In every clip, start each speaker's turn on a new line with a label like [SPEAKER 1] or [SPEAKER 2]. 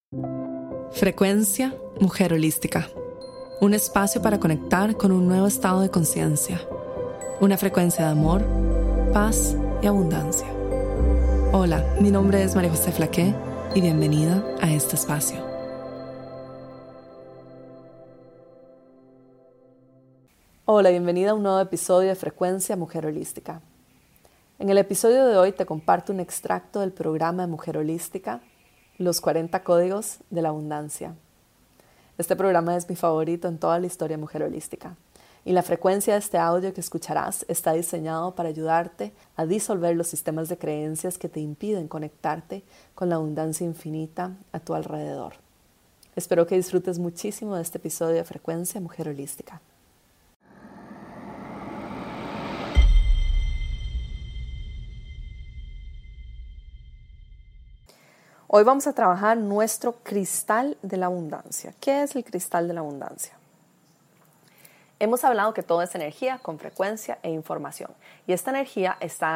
[SPEAKER 1] Frecuencia Mujer Holística. Un espacio para conectar con un nuevo estado de conciencia. Una frecuencia de amor, paz y abundancia. Hola, mi nombre es María José Flaqué y bienvenida a este espacio. Hola, bienvenida a un nuevo episodio de Frecuencia Mujer Holística. En el episodio de hoy te comparto un extracto del programa de Mujer Holística, Los 40 Códigos de la Abundancia. Este programa es mi favorito en toda la historia de Mujer Holística. Y la frecuencia de este audio que escucharás está diseñado para ayudarte a disolver los sistemas de creencias que te impiden conectarte con la abundancia infinita a tu alrededor. Espero que disfrutes muchísimo de este episodio de Frecuencia Mujer Holística. Hoy vamos a trabajar nuestro cristal de la abundancia. ¿Qué es el cristal de la abundancia? Hemos hablado que todo es energía con frecuencia e información. Y esta energía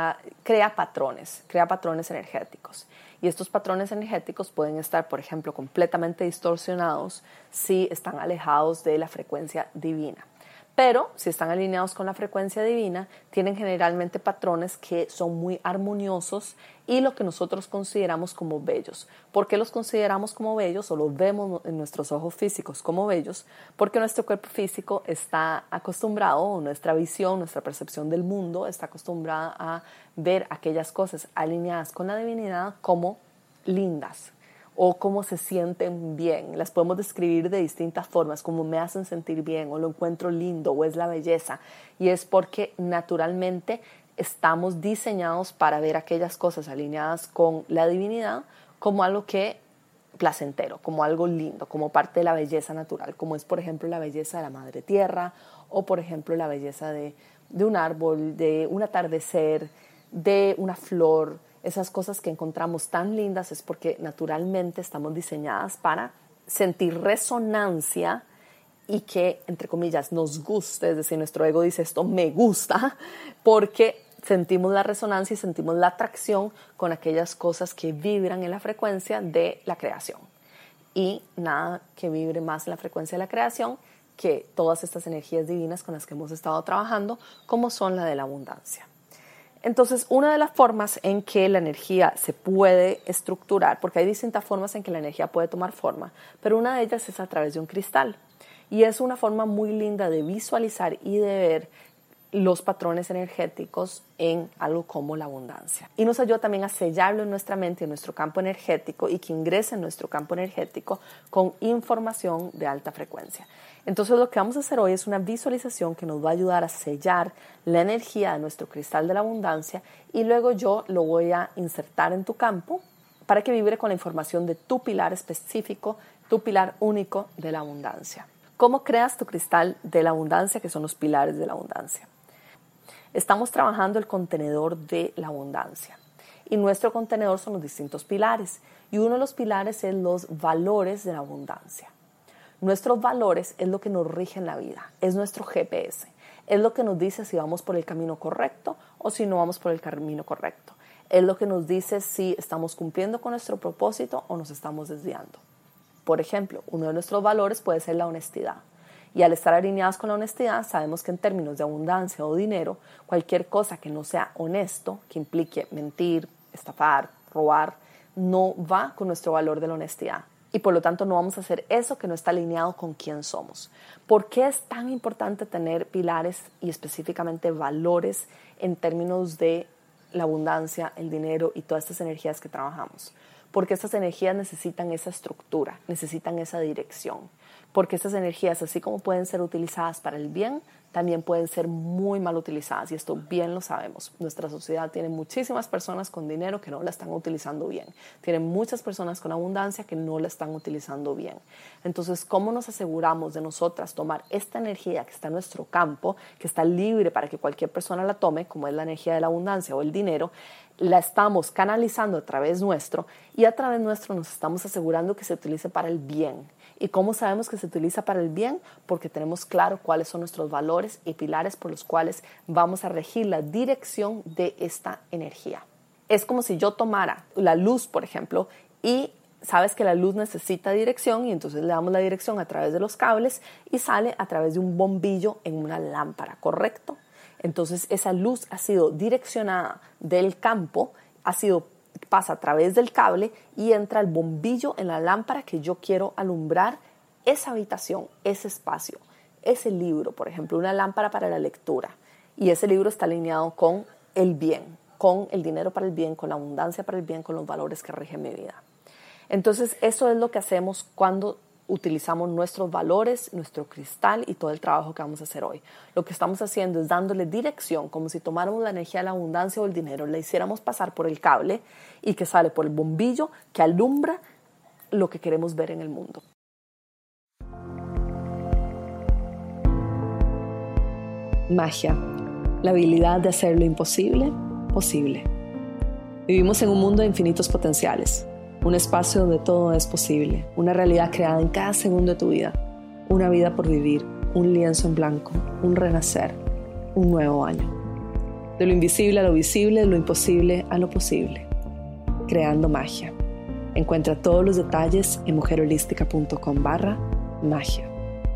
[SPEAKER 1] crea patrones energéticos. Y estos patrones energéticos pueden estar, por ejemplo, completamente distorsionados si están alejados de la frecuencia divina. Pero si están alineados con la frecuencia divina, tienen generalmente patrones que son muy armoniosos y lo que nosotros consideramos como bellos. ¿Por qué los consideramos como bellos o los vemos en nuestros ojos físicos como bellos? Porque nuestro cuerpo físico está acostumbrado, o nuestra visión, nuestra percepción del mundo está acostumbrada a ver aquellas cosas alineadas con la divinidad como lindas, o cómo se sienten bien. Las podemos describir de distintas formas, como me hacen sentir bien, o lo encuentro lindo, o es la belleza. Y es porque naturalmente estamos diseñados para ver aquellas cosas alineadas con la divinidad como algo placentero, como algo lindo, como parte de la belleza natural, como es por ejemplo la belleza de la madre tierra, o por ejemplo la belleza de un árbol, de un atardecer, de una flor. Esas cosas que encontramos tan lindas es porque naturalmente estamos diseñadas para sentir resonancia y que, entre comillas, nos guste. Es decir, nuestro ego dice esto me gusta porque sentimos la resonancia y sentimos la atracción con aquellas cosas que vibran en la frecuencia de la creación. Y nada que vibre más en la frecuencia de la creación que todas estas energías divinas con las que hemos estado trabajando, como son la de la abundancia. Entonces, una de las formas en que la energía se puede estructurar, porque hay distintas formas en que la energía puede tomar forma, pero una de ellas es a través de un cristal. Y es una forma muy linda de visualizar y de ver los patrones energéticos en algo como la abundancia. Y nos ayuda también a sellarlo en nuestra mente, en nuestro campo energético, y que ingrese en nuestro campo energético con información de alta frecuencia. Entonces lo que vamos a hacer hoy es una visualización que nos va a ayudar a sellar la energía de nuestro cristal de la abundancia, y luego yo lo voy a insertar en tu campo para que vibre con la información de tu pilar específico, tu pilar único de la abundancia. ¿Cómo creas tu cristal de la abundancia, que son los pilares de la abundancia? Estamos trabajando el contenedor de la abundancia, y nuestro contenedor son los distintos pilares, y uno de los pilares es los valores de la abundancia. Nuestros valores es lo que nos rige en la vida, es nuestro GPS, es lo que nos dice si vamos por el camino correcto o si no vamos por el camino correcto. Es lo que nos dice si estamos cumpliendo con nuestro propósito o nos estamos desviando. Por ejemplo, uno de nuestros valores puede ser la honestidad. Y al estar alineados con la honestidad, sabemos que en términos de abundancia o dinero, cualquier cosa que no sea honesto, que implique mentir, estafar, robar, no va con nuestro valor de la honestidad. Y por lo tanto no vamos a hacer eso que no está alineado con quién somos. ¿Por qué es tan importante tener pilares y específicamente valores en términos de la abundancia, el dinero y todas estas energías que trabajamos? Porque estas energías necesitan esa estructura, necesitan esa dirección. Porque estas energías, así como pueden ser utilizadas para el bien, también pueden ser muy mal utilizadas, y esto bien lo sabemos. Nuestra sociedad tiene muchísimas personas con dinero que no la están utilizando bien. Tiene muchas personas con abundancia que no la están utilizando bien. Entonces, ¿cómo nos aseguramos de nosotras tomar esta energía que está en nuestro campo, que está libre para que cualquier persona la tome, como es la energía de la abundancia o el dinero? La estamos canalizando a través nuestro, y a través nuestro nos estamos asegurando que se utilice para el bien. ¿Y cómo sabemos que se utiliza para el bien? Porque tenemos claro cuáles son nuestros valores y pilares por los cuales vamos a regir la dirección de esta energía. Es como si yo tomara la luz, por ejemplo, y sabes que la luz necesita dirección y entonces le damos la dirección a través de los cables y sale a través de un bombillo en una lámpara, ¿correcto? Entonces esa luz ha sido direccionada del campo, pasa a través del cable y entra el bombillo en la lámpara que yo quiero alumbrar esa habitación, ese espacio, ese libro, por ejemplo, una lámpara para la lectura. Y ese libro está alineado con el bien, con el dinero para el bien, con la abundancia para el bien, con los valores que rigen mi vida. Entonces, eso es lo que hacemos cuando utilizamos nuestros valores, nuestro cristal y todo el trabajo que vamos a hacer hoy. Lo que estamos haciendo es dándole dirección, como si tomáramos la energía de la abundancia o el dinero, le hiciéramos pasar por el cable y que sale por el bombillo que alumbra lo que queremos ver en el mundo. Magia, la habilidad de hacer lo imposible posible. Vivimos en un mundo de infinitos potenciales, un espacio donde todo es posible, una realidad creada en cada segundo de tu vida, una vida por vivir, un lienzo en blanco, un renacer, un nuevo año. De lo invisible a lo visible, de lo imposible a lo posible. Creando magia. Encuentra todos los detalles en mujerholística.com/magia.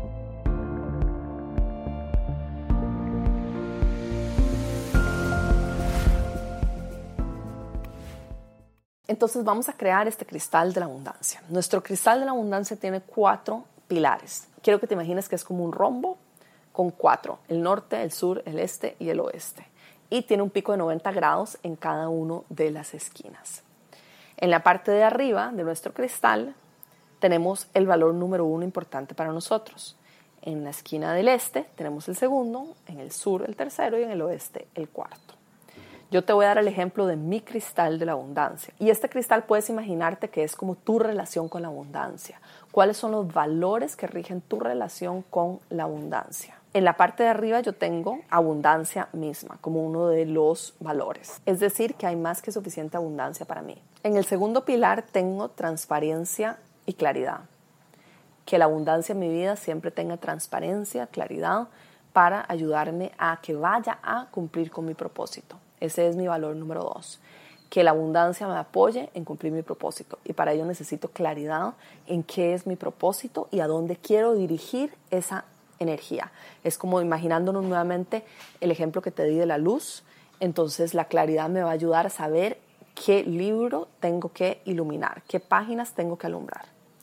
[SPEAKER 1] Entonces vamos a crear este cristal de la abundancia. Nuestro cristal de la abundancia tiene 4 pilares. Quiero que te imagines que es como un rombo con 4, el norte, el sur, el este y el oeste. Y tiene un pico de 90 grados en cada una de las esquinas. En la parte de arriba de nuestro cristal tenemos el valor número 1 importante para nosotros. En la esquina del este tenemos el segundo, en el sur el tercero y en el oeste el cuarto. Yo te voy a dar el ejemplo de mi cristal de la abundancia. Y este cristal puedes imaginarte que es como tu relación con la abundancia. ¿Cuáles son los valores que rigen tu relación con la abundancia? En la parte de arriba yo tengo abundancia misma como uno de los valores. Es decir, que hay más que suficiente abundancia para mí. En el segundo pilar tengo transparencia y claridad. Que la abundancia en mi vida siempre tenga transparencia, claridad, para ayudarme a que vaya a cumplir con mi propósito. Ese es mi valor número 2. Que la abundancia me apoye en cumplir mi propósito. Y para ello necesito claridad en qué es mi propósito y a dónde quiero dirigir esa energía. Es como imaginándonos nuevamente el ejemplo que te di de la luz. Entonces la claridad me va a ayudar a saber qué libro tengo que iluminar, qué páginas tengo que alumbrar.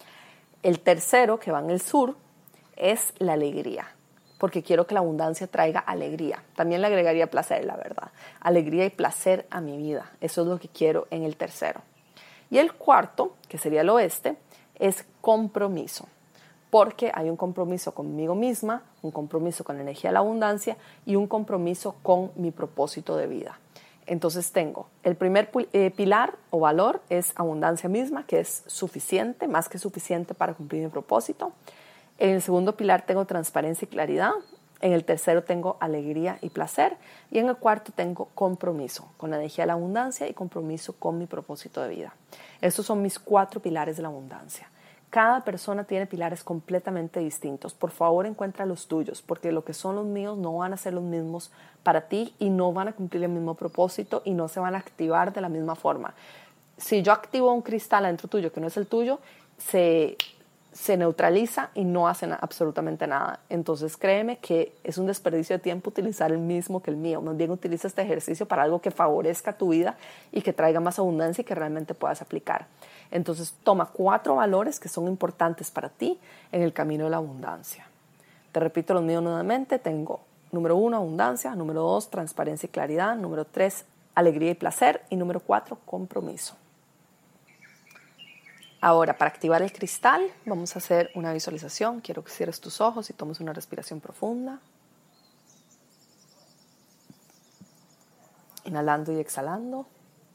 [SPEAKER 1] El tercero, que va en el sur, es la alegría. Porque quiero que la abundancia traiga alegría. También le agregaría placer, la verdad. Alegría y placer a mi vida. Eso es lo que quiero en el tercero. Y el cuarto, que sería el oeste, es compromiso. Porque hay un compromiso conmigo misma, un compromiso con la energía de la abundancia y un compromiso con mi propósito de vida. Entonces tengo el primer pilar o valor es abundancia misma, que es suficiente, más que suficiente para cumplir mi propósito. En el segundo pilar tengo transparencia y claridad. En el tercero tengo alegría y placer. Y en el cuarto tengo compromiso con la energía de la abundancia y compromiso con mi propósito de vida. Estos son mis 4 pilares de la abundancia. Cada persona tiene pilares completamente distintos. Por favor, encuentra los tuyos, porque lo que son los míos no van a ser los mismos para ti y no van a cumplir el mismo propósito y no se van a activar de la misma forma. Si yo activo un cristal adentro tuyo que no es el tuyo, se neutraliza y no hacen absolutamente nada. Entonces créeme que es un desperdicio de tiempo utilizar el mismo que el mío. Más bien utiliza este ejercicio para algo que favorezca tu vida y que traiga más abundancia y que realmente puedas aplicar. Entonces toma 4 valores que son importantes para ti en el camino de la abundancia. Te repito los míos nuevamente. Tengo número 1, abundancia. Número 2, transparencia y claridad. Número 3, alegría y placer. Y número 4, compromiso. Ahora, para activar el cristal, vamos a hacer una visualización. Quiero que cierres tus ojos y tomes una respiración profunda. Inhalando y exhalando.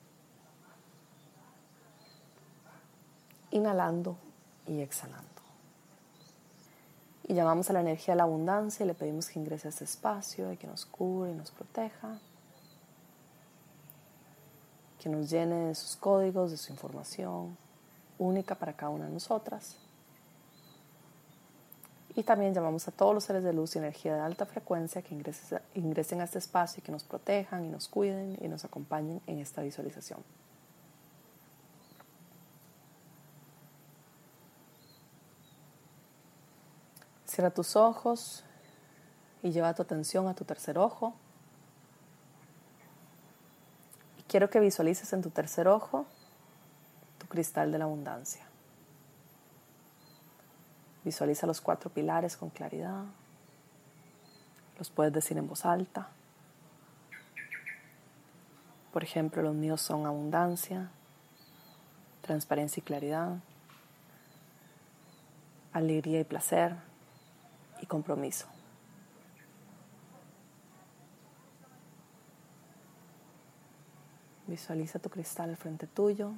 [SPEAKER 1] Inhalando y exhalando. Y llamamos a la energía de la abundancia y le pedimos que ingrese a este espacio y que nos cure y nos proteja. Que nos llene de sus códigos, de su información única para cada una de nosotras. Y también llamamos a todos los seres de luz y energía de alta frecuencia que ingresen a este espacio y que nos protejan y nos cuiden y nos acompañen en esta visualización. Cierra tus ojos y lleva tu atención a tu tercer ojo. Y quiero que visualices en tu tercer ojo tu cristal de la abundancia. Visualiza los 4 pilares con claridad. Los puedes decir en voz alta. Por ejemplo, los míos son abundancia, transparencia y claridad, alegría y placer y compromiso. Visualiza tu cristal al frente tuyo.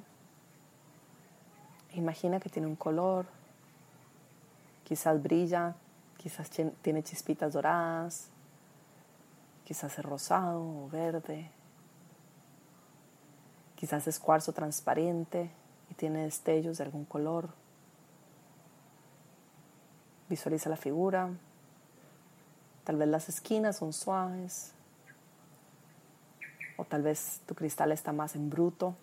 [SPEAKER 1] Imagina que tiene un color. Quizás brilla, quizás tiene chispitas doradas, quizás es rosado o verde. Quizás es cuarzo transparente y tiene destellos de algún color. Visualiza la figura. Tal vez las esquinas son suaves. O tal vez tu cristal está más en bruto.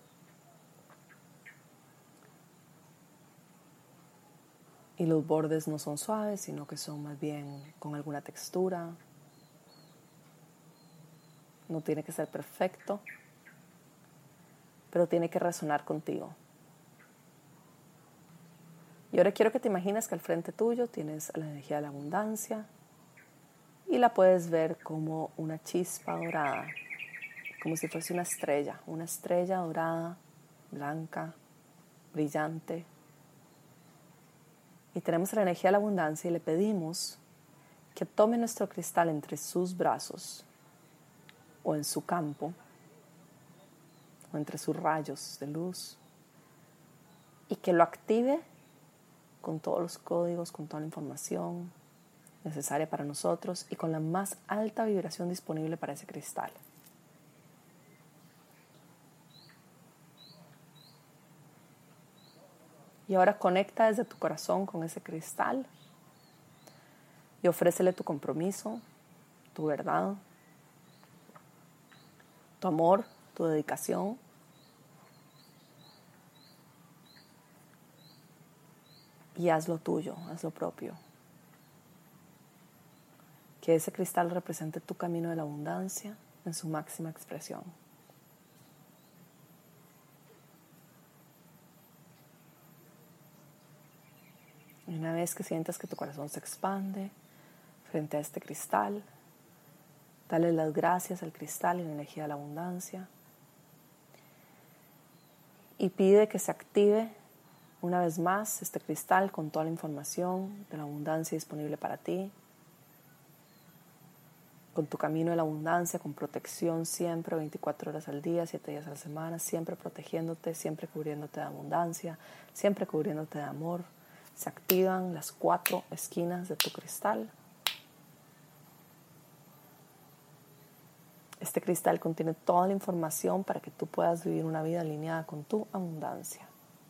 [SPEAKER 1] Y los bordes no son suaves, sino que son más bien con alguna textura. No tiene que ser perfecto, pero tiene que resonar contigo. Y ahora quiero que te imagines que al frente tuyo tienes la energía de la abundancia y la puedes ver como una chispa dorada, como si fuese una estrella dorada, blanca, brillante. Y tenemos la energía de la abundancia y le pedimos que tome nuestro cristal entre sus brazos o en su campo o entre sus rayos de luz y que lo active con todos los códigos, con toda la información necesaria para nosotros y con la más alta vibración disponible para ese cristal. Y ahora conecta desde tu corazón con ese cristal y ofrécele tu compromiso, tu verdad, tu amor, tu dedicación. Y haz lo tuyo, haz lo propio. Que ese cristal represente tu camino de la abundancia en su máxima expresión. Y una vez que sientas que tu corazón se expande frente a este cristal, dale las gracias al cristal y la energía de la abundancia. Y pide que se active una vez más este cristal con toda la información de la abundancia disponible para ti. Con tu camino de la abundancia, con protección siempre, 24 horas al día, 7 días a la semana, siempre protegiéndote, siempre cubriéndote de abundancia, siempre cubriéndote de amor. Se activan las 4 esquinas de tu cristal. Este cristal contiene toda la información para que tú puedas vivir una vida alineada con tu abundancia.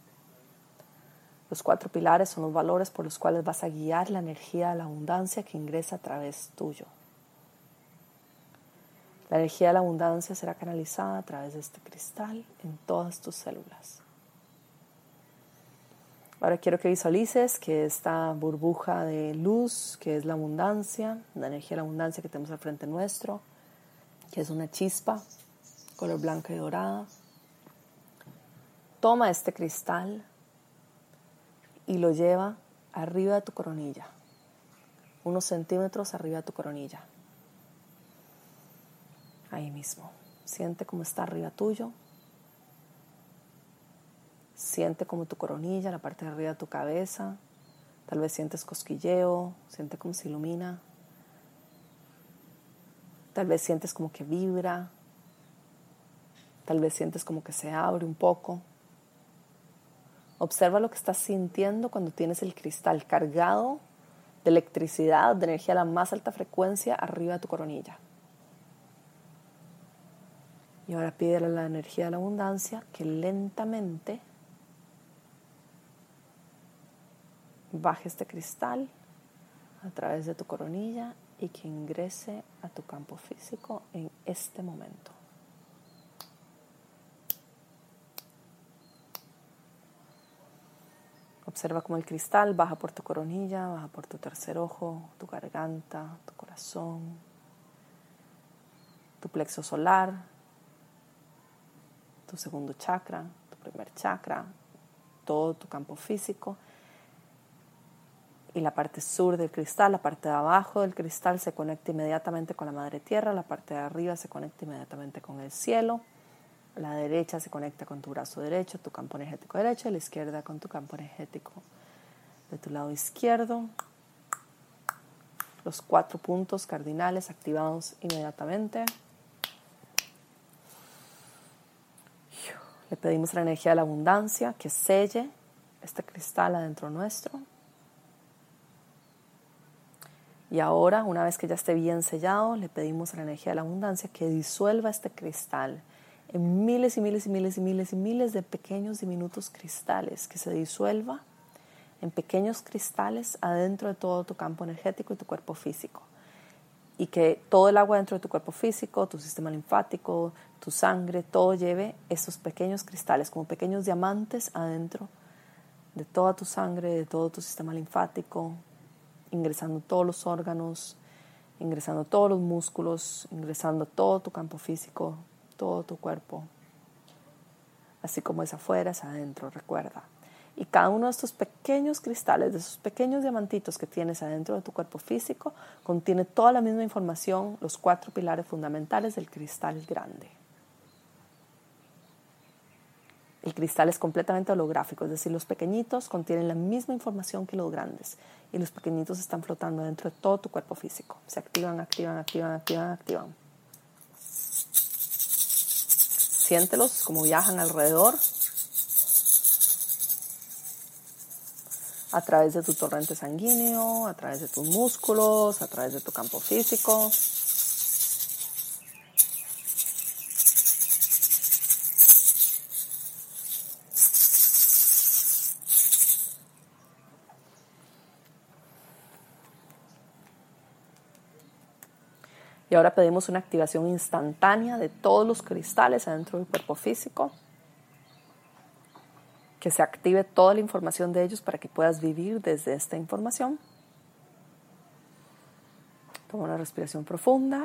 [SPEAKER 1] Los 4 pilares son los valores por los cuales vas a guiar la energía de la abundancia que ingresa a través tuyo. La energía de la abundancia será canalizada a través de este cristal en todas tus células. Ahora quiero que visualices que esta burbuja de luz, que es la abundancia, la energía de la abundancia que tenemos al frente nuestro, que es una chispa, color blanca y dorada, toma este cristal y lo lleva arriba de tu coronilla, unos centímetros arriba de tu coronilla. Ahí mismo, siente cómo está arriba tuyo. Siente como tu coronilla, la parte de arriba de tu cabeza, tal vez sientes cosquilleo, siente como se ilumina, tal vez sientes como que vibra, tal vez sientes como que se abre un poco. Observa lo que estás sintiendo cuando tienes el cristal cargado de electricidad, de energía a la más alta frecuencia arriba de tu coronilla. Y ahora pídele a la energía de la abundancia que lentamente baje este cristal a través de tu coronilla y que ingrese a tu campo físico en este momento. Observa cómo el cristal baja por tu coronilla, baja por tu tercer ojo, tu garganta, tu corazón, tu plexo solar, tu segundo chakra, tu primer chakra, todo tu campo físico. Y la parte sur del cristal, la parte de abajo del cristal se conecta inmediatamente con la madre tierra, la parte de arriba se conecta inmediatamente con el cielo, la derecha se conecta con tu brazo derecho, tu campo energético derecho, y la izquierda con tu campo energético de tu lado izquierdo. Los 4 puntos cardinales activados inmediatamente. Le pedimos a la energía de la abundancia que selle este cristal adentro nuestro. Y ahora, una vez que ya esté bien sellado, le pedimos a la energía de la abundancia que disuelva este cristal en miles y miles y miles y miles y miles de pequeños diminutos cristales, que se disuelva en pequeños cristales adentro de todo tu campo energético y tu cuerpo físico. Y que todo el agua dentro de tu cuerpo físico, tu sistema linfático, tu sangre, todo lleve esos pequeños cristales como pequeños diamantes adentro de toda tu sangre, de todo tu sistema linfático, ingresando todos los órganos, ingresando todos los músculos, ingresando todo tu campo físico, todo tu cuerpo. Así como es afuera, es adentro, recuerda. Y cada uno de estos pequeños cristales, de esos pequeños diamantitos que tienes adentro de tu cuerpo físico, contiene toda la misma información, los 4 pilares fundamentales del cristal grande. El cristal es completamente holográfico, es decir, los pequeñitos contienen la misma información que los grandes y los pequeñitos están flotando dentro de todo tu cuerpo físico. Se activan, activan, activan, activan, activan. Siéntelos como viajan alrededor a través de tu torrente sanguíneo, a través de tus músculos, a través de tu campo físico. Y ahora pedimos una activación instantánea de todos los cristales adentro del cuerpo físico. Que se active toda la información de ellos para que puedas vivir desde esta información. Toma una respiración profunda.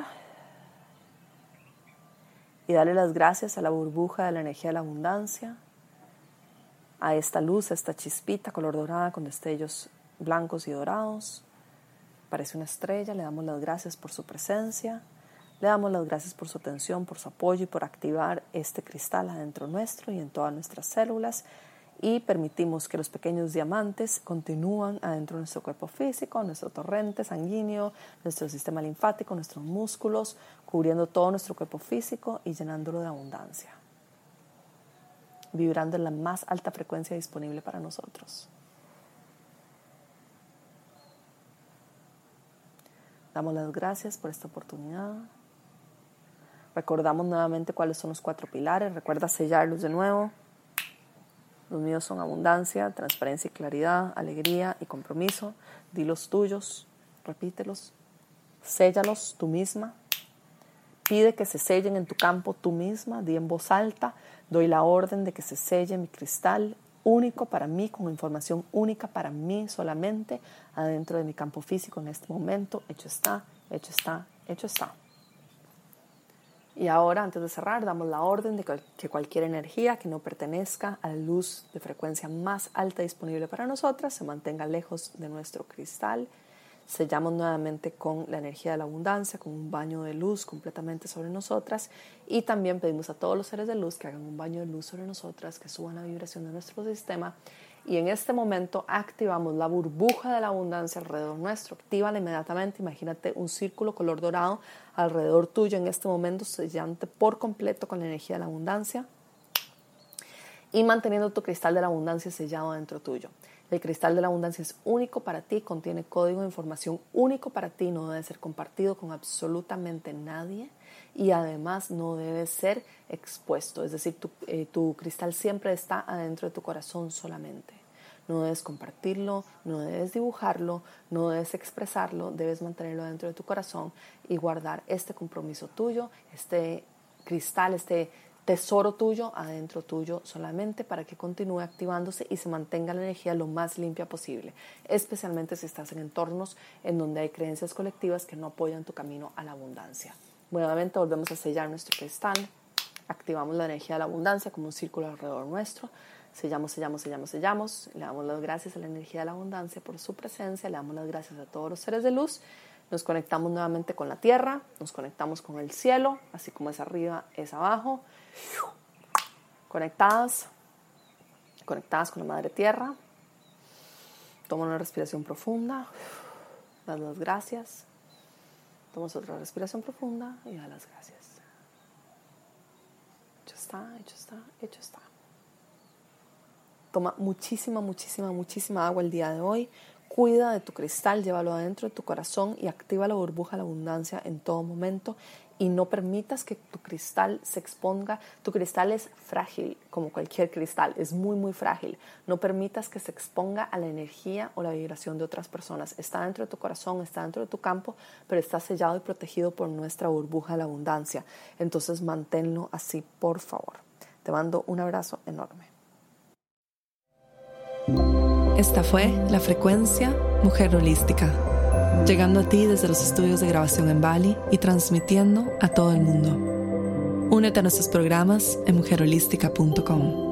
[SPEAKER 1] Y dale las gracias a la burbuja de la energía de la abundancia. A esta luz, a esta chispita color dorada con destellos blancos y dorados. Parece una estrella, le damos las gracias por su presencia, le damos las gracias por su atención, por su apoyo y por activar este cristal adentro nuestro y en todas nuestras células, y permitimos que los pequeños diamantes continúen adentro de nuestro cuerpo físico, nuestro torrente sanguíneo, nuestro sistema linfático, nuestros músculos, cubriendo todo nuestro cuerpo físico y llenándolo de abundancia, vibrando en la más alta frecuencia disponible para nosotros. Damos las gracias por esta oportunidad. Recordamos nuevamente cuáles son los 4 pilares. Recuerda sellarlos de nuevo. Los míos son abundancia, transparencia y claridad, alegría y compromiso. Di los tuyos, repítelos, séllalos tú misma. Pide que se sellen en tu campo tú misma. Di en voz alta, doy la orden de que se selle mi cristal único para mí, con información única para mí solamente, adentro de mi campo físico en este momento. Hecho está, hecho está, hecho está. Y ahora, antes de cerrar, damos la orden de que cualquier energía que no pertenezca a la luz de frecuencia más alta disponible para nosotras se mantenga lejos de nuestro cristal. Sellamos nuevamente con la energía de la abundancia, con un baño de luz completamente sobre nosotras, y también pedimos a todos los seres de luz que hagan un baño de luz sobre nosotras, que suban la vibración de nuestro sistema, y en este momento activamos la burbuja de la abundancia alrededor nuestro. Actívala inmediatamente. Imagínate un círculo color dorado alrededor tuyo en este momento, sellándote por completo con la energía de la abundancia y manteniendo tu cristal de la abundancia sellado dentro tuyo. El cristal de la abundancia es único para ti, contiene código de información único para ti, no debe ser compartido con absolutamente nadie y además no debe ser expuesto. Es decir, tu cristal siempre está adentro de tu corazón solamente. No debes compartirlo, no debes dibujarlo, no debes expresarlo, debes mantenerlo dentro de tu corazón y guardar este compromiso tuyo, este cristal, este tesoro tuyo adentro tuyo solamente para que continúe activándose y se mantenga la energía lo más limpia posible, especialmente si estás en entornos en donde hay creencias colectivas que no apoyan tu camino a la abundancia. Nuevamente volvemos a sellar nuestro cristal, activamos la energía de la abundancia como un círculo alrededor nuestro, sellamos, sellamos, sellamos, sellamos, le damos las gracias a la energía de la abundancia por su presencia, le damos las gracias a todos los seres de luz. Nos conectamos nuevamente con la tierra, nos conectamos con el cielo, así como es arriba, es abajo. Conectadas con la madre tierra. Toma una respiración profunda, das las gracias. Tomas otra respiración profunda y das las gracias. Hecho está, hecho está, hecho está. Toma muchísima, muchísima, muchísima agua el día de hoy. Cuida de tu cristal, llévalo adentro de tu corazón y activa la burbuja de la abundancia en todo momento. Y no permitas que tu cristal se exponga. Tu cristal es frágil, como cualquier cristal, es muy, muy frágil. No permitas que se exponga a la energía o la vibración de otras personas. Está dentro de tu corazón, está dentro de tu campo, pero está sellado y protegido por nuestra burbuja de la abundancia. Entonces manténlo así, por favor. Te mando un abrazo enorme.
[SPEAKER 2] Esta fue La Frecuencia Mujer Holística, llegando a ti desde los estudios de grabación en Bali y transmitiendo a todo el mundo. Únete a nuestros programas en mujerholística.com.